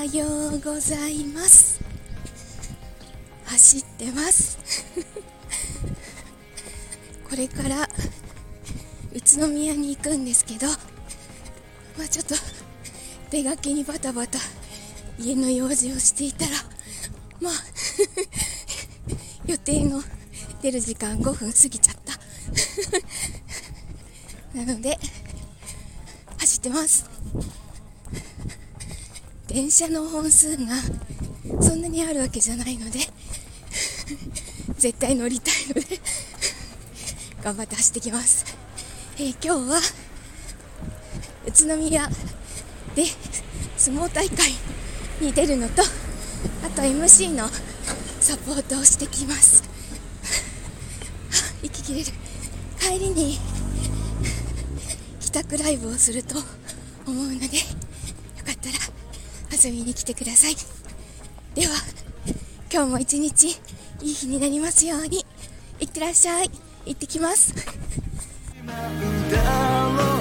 はようございます。走ってますこれから宇都宮に行くんですけど、ちょっと出がけにバタバタ家の用事をしていたら予定の出る時間5分過ぎちゃったなので走ってます。電車の本数がそんなにあるわけじゃないので絶対乗りたいので頑張って走ってきます。今日は宇都宮で相撲大会に出るのと、あと MC のサポートをしてきます。息切れる。帰りに帰宅ライブをすると思うので、よかったら遊びに来てください。では今日も一日いい日になりますように。いってらっしゃい。行ってきます。